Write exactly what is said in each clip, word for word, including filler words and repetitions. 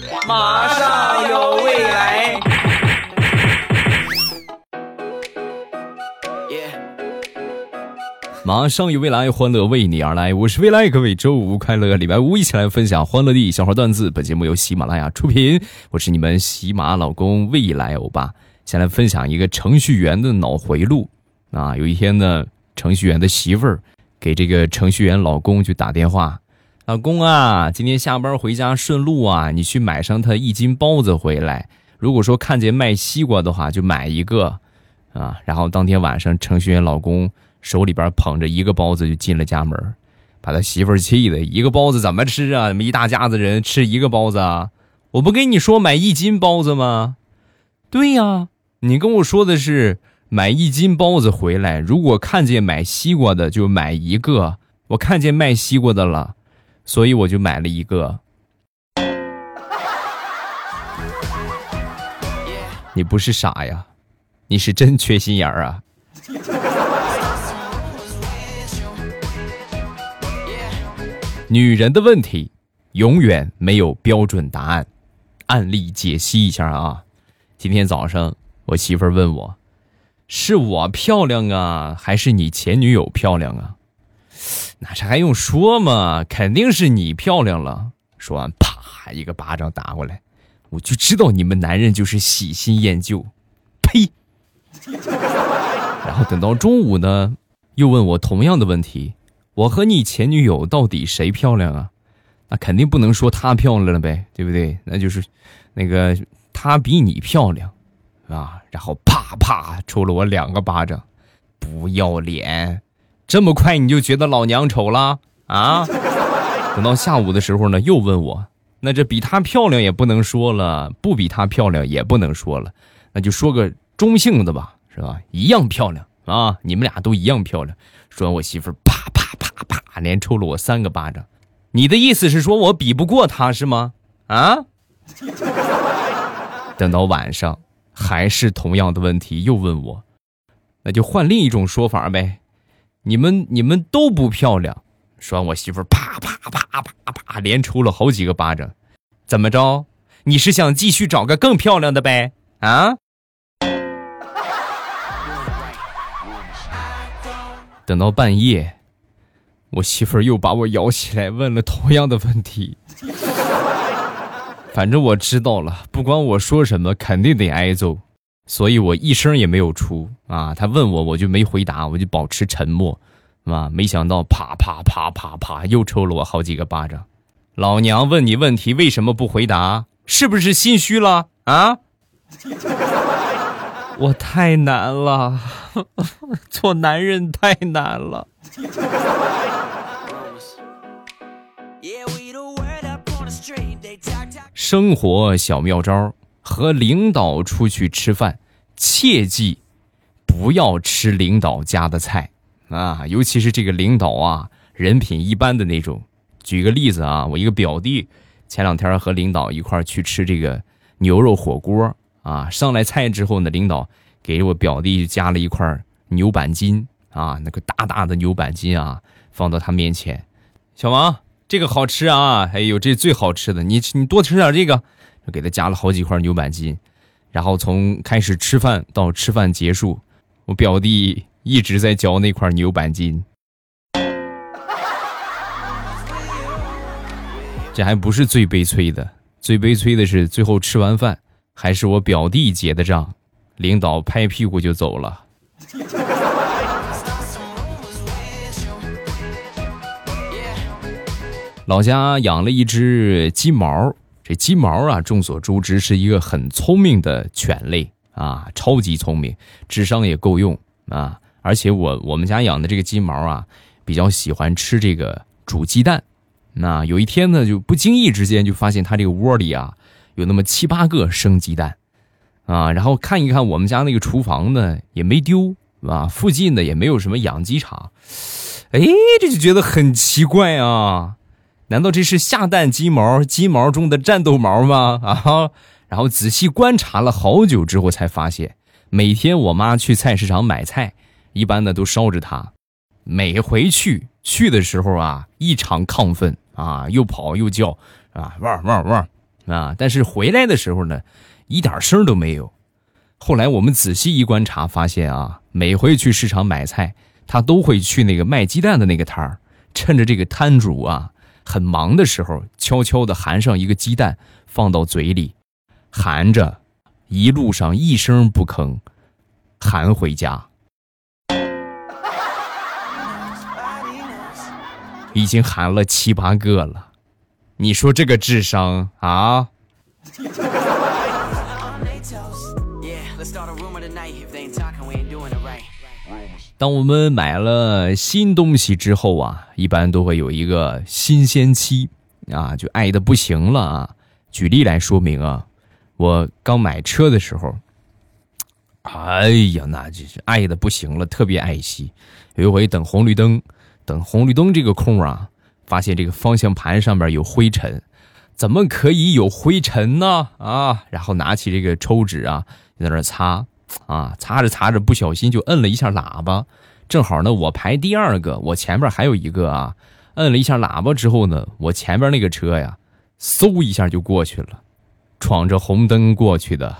马上有未来。 马上有未来，欢乐为你而来。我是未来，各位周五快乐，礼拜五一起来分享欢乐的小花段子。本节目由喜马拉雅出品，我是你们喜马老公未来欧巴。先来分享一个程序员的脑回路啊。有一天呢，程序员的媳妇儿给这个程序员老公就打电话，老公啊，今天下班回家顺路啊，你去买上他一斤包子回来。如果说看见卖西瓜的话，就买一个啊。然后当天晚上，程序员老公手里边捧着一个包子就进了家门，把他媳妇儿气的，一个包子怎么吃啊？一大家子人吃一个包子啊？我不跟你说买一斤包子吗？对呀，你跟我说的是买一斤包子回来，如果看见买西瓜的就买一个，我看见卖西瓜的了，所以我就买了一个。你不是傻呀，你是真缺心眼儿啊。女人的问题永远没有标准答案。案例解析一下啊。今天早上我媳妇儿问我，是我漂亮啊还是你前女友漂亮啊？那这还用说吗？肯定是你漂亮了。说完啪一个巴掌打过来，我就知道你们男人就是喜新厌旧，呸。然后等到中午呢，又问我同样的问题，我和你前女友到底谁漂亮啊？那肯定不能说她漂亮了呗，对不对？那就是那个她比你漂亮啊。然后啪啪抽了我两个巴掌，不要脸，这么快你就觉得老娘丑了啊？等到下午的时候呢，又问我，那这比她漂亮也不能说了，不比她漂亮也不能说了，那就说个中性的吧，是吧？一样漂亮啊，你们俩都一样漂亮。说完我媳妇儿啪啪啪啪连抽了我三个巴掌。你的意思是说我比不过她是吗？啊？等到晚上还是同样的问题又问我，那就换另一种说法呗，你们你们都不漂亮。说完我媳妇儿啪啪啪啪啪啪连抽了好几个巴掌。怎么着？你是想继续找个更漂亮的呗？啊？等到半夜，我媳妇儿又把我摇起来问了同样的问题。反正我知道了，不管我说什么肯定得挨揍，所以我一声也没有出啊。他问我我就没回答，我就保持沉默啊。没想到啪啪啪啪啪又抽了我好几个巴掌。老娘问你问题为什么不回答？是不是心虚了啊？我太难了，做男人太难了。生活小妙招，和领导出去吃饭，切记不要吃领导家的菜啊，尤其是这个领导啊，人品一般的那种。举个例子啊，我一个表弟前两天和领导一块去吃这个牛肉火锅啊，上来菜之后呢，领导给我表弟加了一块牛板筋啊，那个大大的牛板筋啊，放到他面前，小王，这个好吃啊！哎呦，这最好吃的，你你多吃点这个，就给他加了好几块牛板筋。然后从开始吃饭到吃饭结束，我表弟一直在嚼那块牛板筋。这还不是最悲催的，最悲催的是最后吃完饭还是我表弟结的账，领导拍屁股就走了。老家养了一只金毛，这金毛啊，众所周知是一个很聪明的犬类啊，超级聪明，智商也够用啊。而且我我们家养的这个金毛啊，比较喜欢吃这个煮鸡蛋。那有一天呢，就不经意之间就发现它这个窝里啊，有那么七八个生鸡蛋啊。然后看一看我们家那个厨房呢，也没丢啊，附近的也没有什么养鸡场。哎，这就觉得很奇怪啊。难道这是下蛋鸡毛，鸡毛中的战斗毛吗？啊！然后仔细观察了好久之后才发现，每天我妈去菜市场买菜，一般的都捎着它，每回去去的时候啊，一场亢奋啊，又跑又叫啊，汪汪汪啊，但是回来的时候呢，一点声都没有。后来我们仔细一观察，发现啊，每回去市场买菜，他都会去那个卖鸡蛋的那个摊儿，趁着这个摊主啊很忙的时候，悄悄地含上一个鸡蛋放到嘴里，含着，一路上一声不吭，含回家。已经含了七八个了，你说这个智商啊！当我们买了新东西之后啊，一般都会有一个新鲜期啊，就爱得不行了啊。举例来说明啊，我刚买车的时候，哎呀，那就是爱得不行了，特别爱惜。有一回等红绿灯，等红绿灯这个空啊，发现这个方向盘上面有灰尘，怎么可以有灰尘呢？啊，然后拿起这个抽纸啊，在那儿擦。啊，擦着擦着不小心就摁了一下喇叭，正好呢我排第二个，我前边还有一个啊，摁了一下喇叭之后呢，我前边那个车呀嗖一下就过去了，闯着红灯过去的。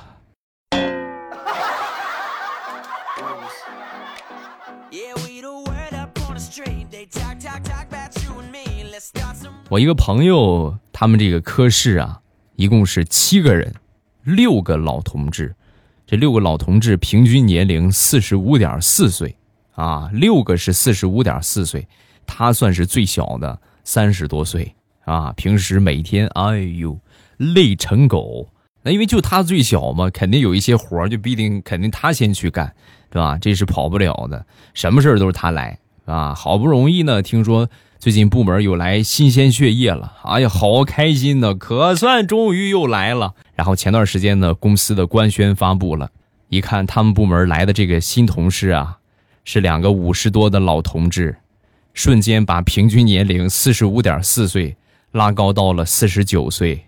我一个朋友他们这个科室啊一共是七个人，六个老同志，这六个老同志平均年龄四十五点四岁啊，六个是四十五点四岁，他算是最小的，三十多岁啊。平时每天哎呦累成狗，那因为就他最小嘛，肯定有一些活就必定肯定他先去干，对吧？这是跑不了的，什么事都是他来啊。好不容易呢，听说最近部门有来新鲜血液了，哎呀，好开心呢，可算终于又来了。然后前段时间呢，公司的官宣发布了，一看他们部门来的这个新同事啊，是两个五十多的老同志，瞬间把平均年龄四十五点四岁拉高到了四十九岁。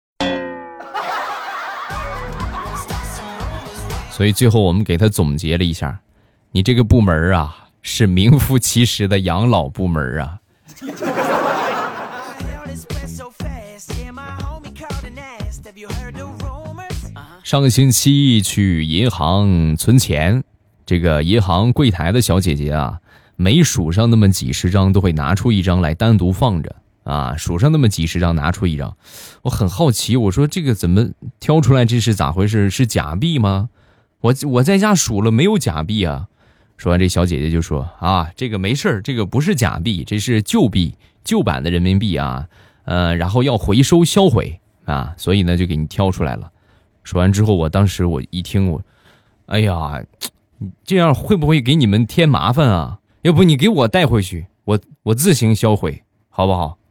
所以最后我们给他总结了一下，你这个部门啊，是名副其实的养老部门啊。上个星期去银行存钱，这个银行柜台的小姐姐啊，每数上那么几十张都会拿出一张来单独放着啊，数上那么几十张拿出一张。我很好奇，我说这个怎么挑出来，这是咋回事？是假币吗？我我在家数了没有假币啊。说完这小姐姐就说啊，这个没事，这个不是假币，这是旧币，旧版的人民币啊，呃，然后要回收销毁啊，所以呢就给你挑出来了。说完之后，我当时我一听，我，哎呀，这样会不会给你们添麻烦啊？要不你给我带回去，我我自行销毁，好不好？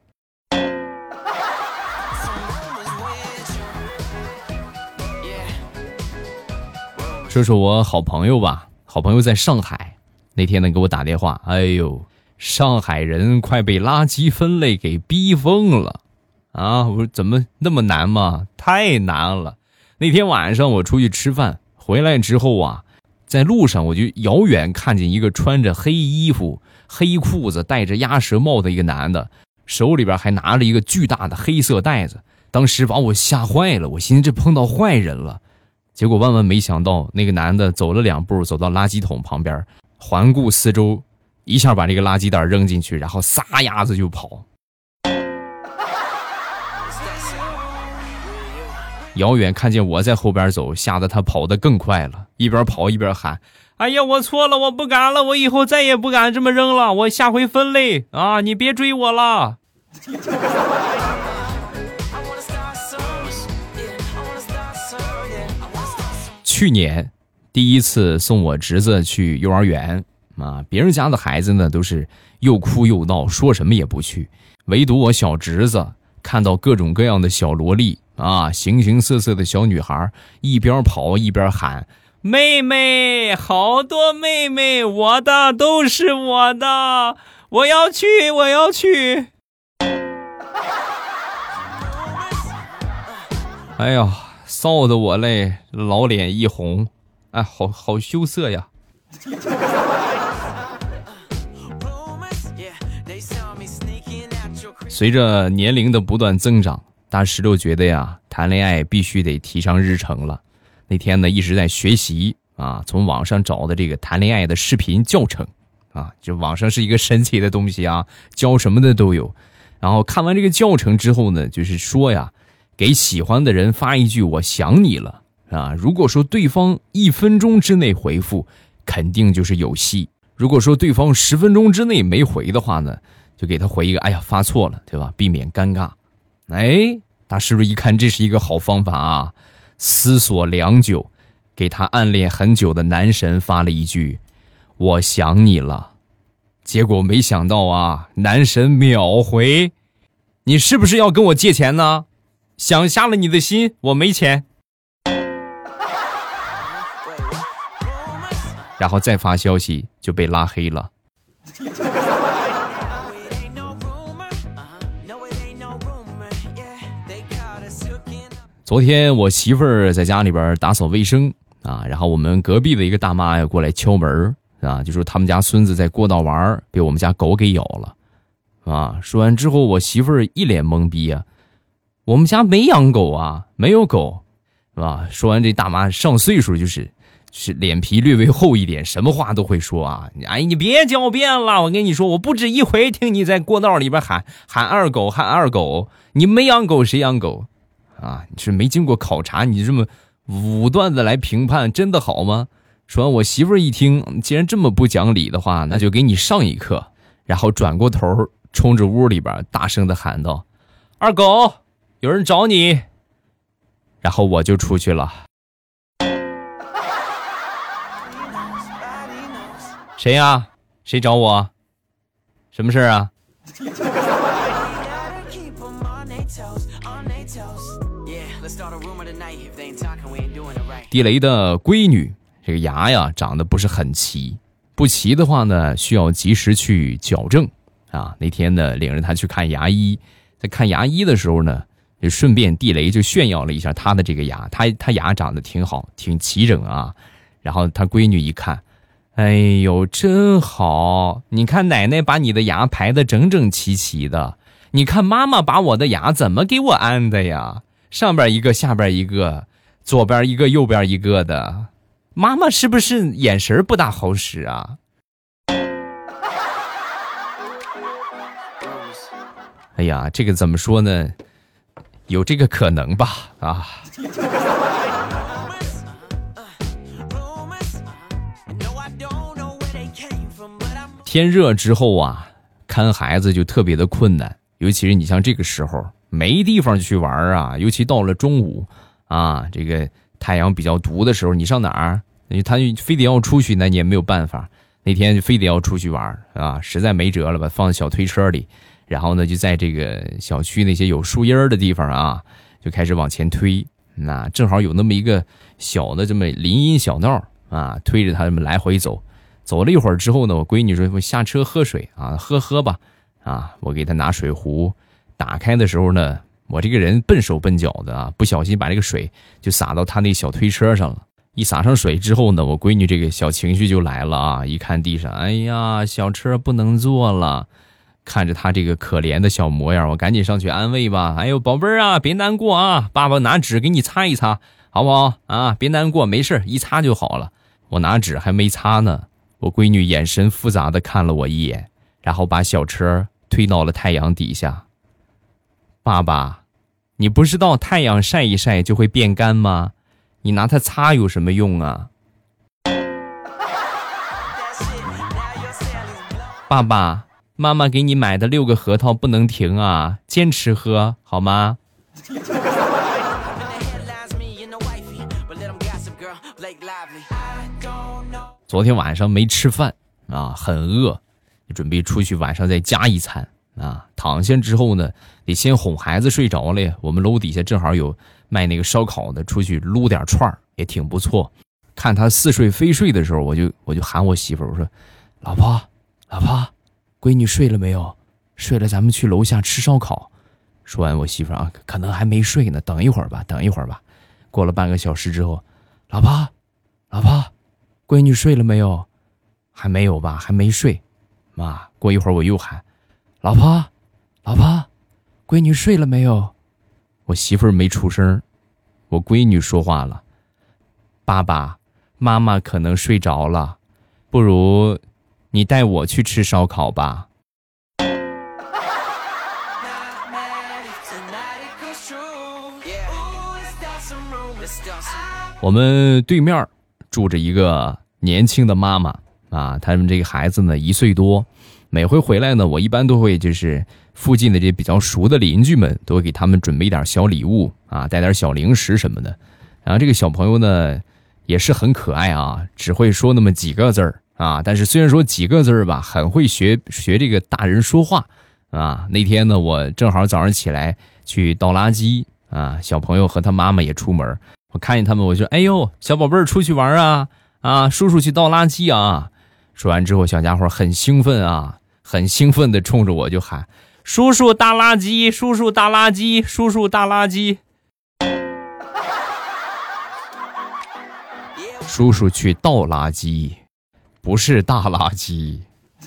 说说我好朋友吧，好朋友在上海，那天呢给我打电话，哎呦，上海人快被垃圾分类给逼疯了啊！我说怎么那么难吗？太难了。那天晚上我出去吃饭，回来之后啊，在路上我就遥远看见一个穿着黑衣服、黑裤子、戴着鸭舌帽的一个男的，手里边还拿着一个巨大的黑色袋子，当时把我吓坏了，我寻思这碰到坏人了。结果万万没想到，那个男的走了两步，走到垃圾桶旁边，环顾四周，一下把这个垃圾袋扔进去，然后撒丫子就跑。遥远看见我在后边走，吓得他跑得更快了，一边跑一边喊：哎呀，我错了，我不敢了，我以后再也不敢这么扔了，我下回分类啊，你别追我了。去年第一次送我侄子去幼儿园啊，别人家的孩子呢都是又哭又闹，说什么也不去，唯独我小侄子看到各种各样的小萝莉啊，形形色色的小女孩，一边跑一边喊：妹妹，好多妹妹，我的都是我的，我要去，我要去。哎呀，臊得我嘞，老脸一红，哎，好好羞涩呀。随着年龄的不断增长大石榴觉得呀，谈恋爱必须得提上日程了。那天呢，一直在学习啊，从网上找的这个谈恋爱的视频教程啊，就网上是一个神奇的东西啊，教什么的都有。然后看完这个教程之后呢，就是说呀，给喜欢的人发一句我想你了啊，如果说对方一分钟之内回复，肯定就是有戏。如果说对方十分钟之内没回的话呢，就给他回一个哎呀发错了，对吧，避免尴尬。哎，大师傅一看这是一个好方法啊，思索良久，给他暗恋很久的男神发了一句我想你了。结果没想到啊，男神秒回，你是不是要跟我借钱呢？想瞎了你的心，我没钱。然后再发消息就被拉黑了。昨天我媳妇儿在家里边打扫卫生啊，然后我们隔壁的一个大妈呀过来敲门啊，就说他们家孙子在过道玩，被我们家狗给咬了啊。说完之后，我媳妇儿一脸懵逼啊，我们家没养狗啊，没有狗，是吧？说完这大妈上岁数就是是脸皮略微厚一点，什么话都会说啊。哎，你别狡辩了，我跟你说，我不止一回听你在过道里边喊喊二狗喊二狗，你没养狗谁养狗？啊，你是没经过考察，你这么武断的来评判，真的好吗？说完我媳妇儿一听，既然这么不讲理的话，那就给你上一课。然后转过头，冲着屋里边大声的喊道：“二狗，有人找你。”然后我就出去了。谁呀？谁找我？什么事啊？地雷的闺女这个牙呀长得不是很齐，不齐的话呢需要及时去矫正啊。那天呢领着她去看牙医，在看牙医的时候呢，就顺便地雷就炫耀了一下她的这个牙，她她牙长得挺好，挺齐整啊。然后她闺女一看，哎呦真好，你看奶奶把你的牙排得整整齐齐的，你看妈妈把我的牙怎么给我安的呀？上边一个下边一个，左边一个右边一个的，妈妈是不是眼神不大好使啊？哎呀，这个怎么说呢，有这个可能吧啊。天热之后啊，看孩子就特别的困难，尤其是你像这个时候没地方去玩啊，尤其到了中午啊，这个太阳比较毒的时候，你上哪儿？他非得要出去，那你也没有办法。那天就非得要出去玩啊，实在没辙了吧，放小推车里，然后呢就在这个小区那些有树荫的地方啊，就开始往前推。那正好有那么一个小的这么林荫小道啊，推着他们来回走。走了一会儿之后呢，我闺女说我下车喝水啊，喝喝吧啊，我给她拿水壶。打开的时候呢，我这个人笨手笨脚的啊，不小心把这个水就洒到他那小推车上了。一洒上水之后呢，我闺女这个小情绪就来了啊！一看地上，哎呀，小车不能坐了。看着他这个可怜的小模样，我赶紧上去安慰吧。哎呦，宝贝儿啊，别难过啊，爸爸拿纸给你擦一擦，好不好啊？别难过，没事，一擦就好了。我拿纸还没擦呢，我闺女眼神复杂的看了我一眼，然后把小车推到了太阳底下。爸爸，你不知道太阳晒一晒就会变干吗？你拿它擦有什么用啊？爸爸，妈妈给你买的六个核桃不能停啊，坚持喝好吗？昨天晚上没吃饭啊，很饿，准备出去晚上再加一餐啊。躺下之后呢，得先哄孩子睡着了。我们楼底下正好有卖那个烧烤的，出去撸点串儿也挺不错。看他似睡非睡的时候，我就我就喊我媳妇儿，我说：“老婆，老婆，闺女睡了没有？睡了，咱们去楼下吃烧烤。”说完，我媳妇儿啊，可能还没睡呢，等一会儿吧，等一会儿吧。过了半个小时之后，老婆，老婆，闺女睡了没有？还没有吧，还没睡。妈，过一会儿我又喊，老婆，老婆，闺女睡了没有？ 我媳妇儿没出声，我闺女说话了：“爸爸，妈妈可能睡着了，不如你带我去吃烧烤吧。”我们对面住着一个年轻的妈妈啊，他们这个孩子呢一岁多，每回回来呢，我一般都会就是附近的这比较熟的邻居们都会给他们准备点小礼物啊，带点小零食什么的。然后这个小朋友呢也是很可爱啊，只会说那么几个字儿啊，但是虽然说几个字儿吧，很会学学这个大人说话啊。那天呢，我正好早上起来去倒垃圾啊，小朋友和他妈妈也出门，我看见他们，我就哎呦，小宝贝儿出去玩啊啊，叔叔去倒垃圾啊。说完之后，小家伙很兴奋啊，很兴奋地冲着我就喊：“叔叔大垃圾，叔叔大垃圾，叔叔大垃圾。”叔叔去倒垃圾，不是大垃圾。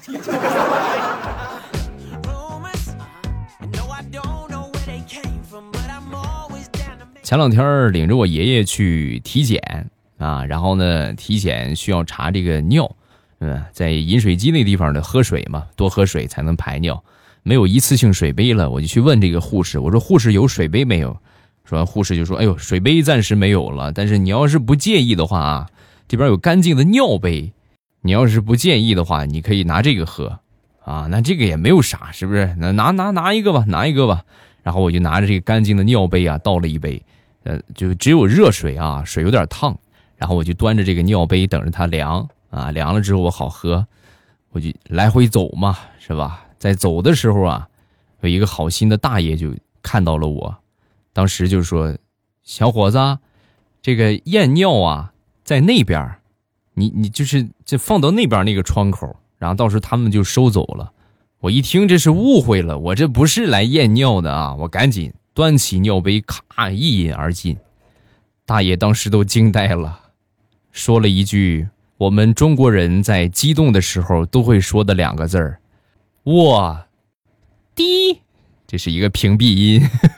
前两天领着我爷爷去体检啊，然后呢，体检需要查这个尿。嗯，在饮水机那地方呢，喝水嘛，多喝水才能排尿。没有一次性水杯了，我就去问这个护士，我说护士有水杯没有？说完护士就说，哎呦，水杯暂时没有了，但是你要是不介意的话啊，这边有干净的尿杯，你要是不介意的话，你可以拿这个喝啊。那这个也没有啥，是不是？那拿拿拿一个吧，拿一个吧。然后我就拿着这个干净的尿杯啊，倒了一杯，呃，就只有热水啊，水有点烫。然后我就端着这个尿杯等着它凉。啊，凉了之后我好喝，我就来回走嘛，是吧？在走的时候啊，有一个好心的大爷就看到了我，当时就说：“小伙子，这个验尿啊，在那边，你你就是这放到那边那个窗口，然后到时候他们就收走了。”我一听这是误会了，我这不是来验尿的啊！我赶紧端起尿杯，咔一饮而尽。大爷当时都惊呆了，说了一句我们中国人在激动的时候都会说的两个字儿：“哇，滴。”这是一个屏蔽音。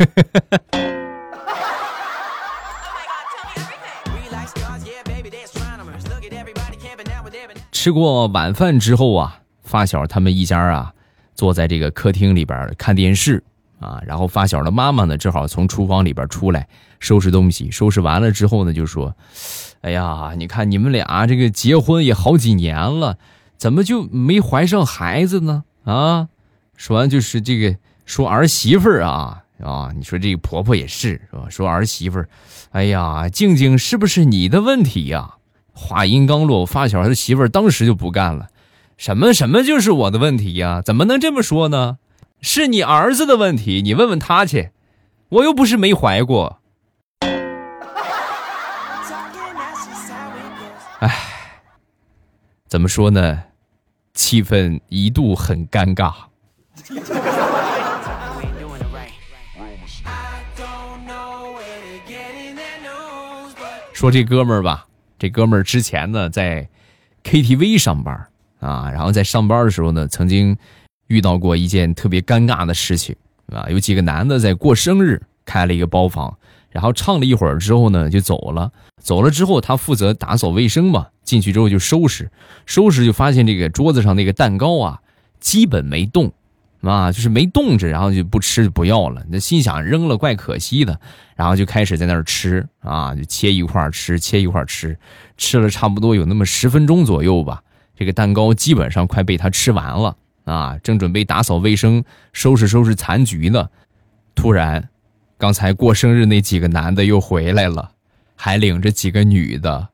吃过晚饭之后啊，发小他们一家啊，坐在这个客厅里边看电视啊，然后发小的妈妈呢，正好从厨房里边出来收拾东西，收拾完了之后呢，就说：“哎呀，你看你们俩这个结婚也好几年了，怎么就没怀上孩子呢？啊！”说完就是这个说儿媳妇儿啊啊，你说这个婆婆也是是吧？说儿媳妇儿，哎呀，静静是不是你的问题呀？话音刚落，发小他的媳妇儿当时就不干了，什么什么就是我的问题呀？怎么能这么说呢？是你儿子的问题，你问问他去，我又不是没怀过。唉，怎么说呢？气氛一度很尴尬。说这哥们儿吧，这哥们儿之前呢在 K T V 上班啊，然后在上班的时候呢，曾经遇到过一件特别尴尬的事情啊，有几个男的在过生日，开了一个包房，然后唱了一会儿之后呢就走了。走了之后他负责打扫卫生嘛，进去之后就收拾收拾就发现这个桌子上那个蛋糕啊基本没动啊，就是没动着，然后就不吃就不要了。那心想扔了怪可惜的，然后就开始在那儿吃啊，就切一块吃切一块吃，吃了差不多有那么十分钟左右吧，这个蛋糕基本上快被他吃完了啊，正准备打扫卫生收拾收拾残局呢，突然刚才过生日那几个男的又回来了，还领着几个女的，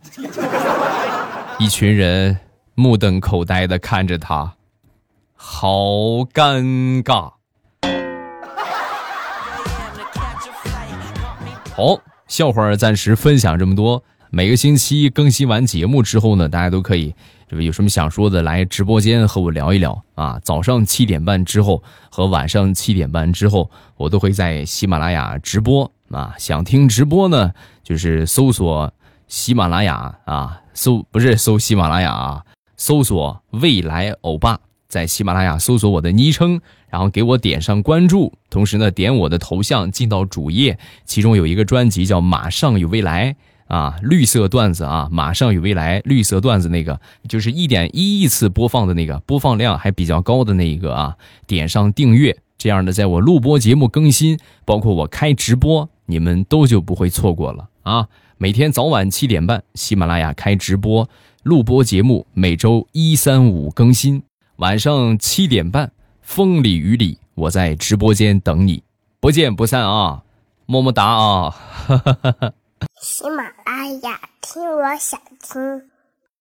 一群人目瞪口呆地看着他，好尴尬。好，笑话暂时分享这么多。每个星期更新完节目之后呢，大家都可以这个有什么想说的来直播间和我聊一聊啊。早上七点半之后和晚上七点半之后，我都会在喜马拉雅直播啊。想听直播呢，就是搜索喜马拉雅啊，搜不是搜喜马拉雅啊，搜索未来欧巴在喜马拉雅搜索我的昵称，然后给我点上关注，同时呢点我的头像进到主页，其中有一个专辑叫马上有未来啊，绿色段子啊，马上有未来绿色段子，那个就是一点一亿次播放的那个，播放量还比较高的那一个啊，点上订阅，这样的在我录播节目更新，包括我开直播，你们都就不会错过了啊。每天早晚七点半喜马拉雅开直播录播节目，每周一三五更新，晚上七点半风里雨里我在直播间等你，不见不散啊，么么哒啊。 喜马拉雅听我想听。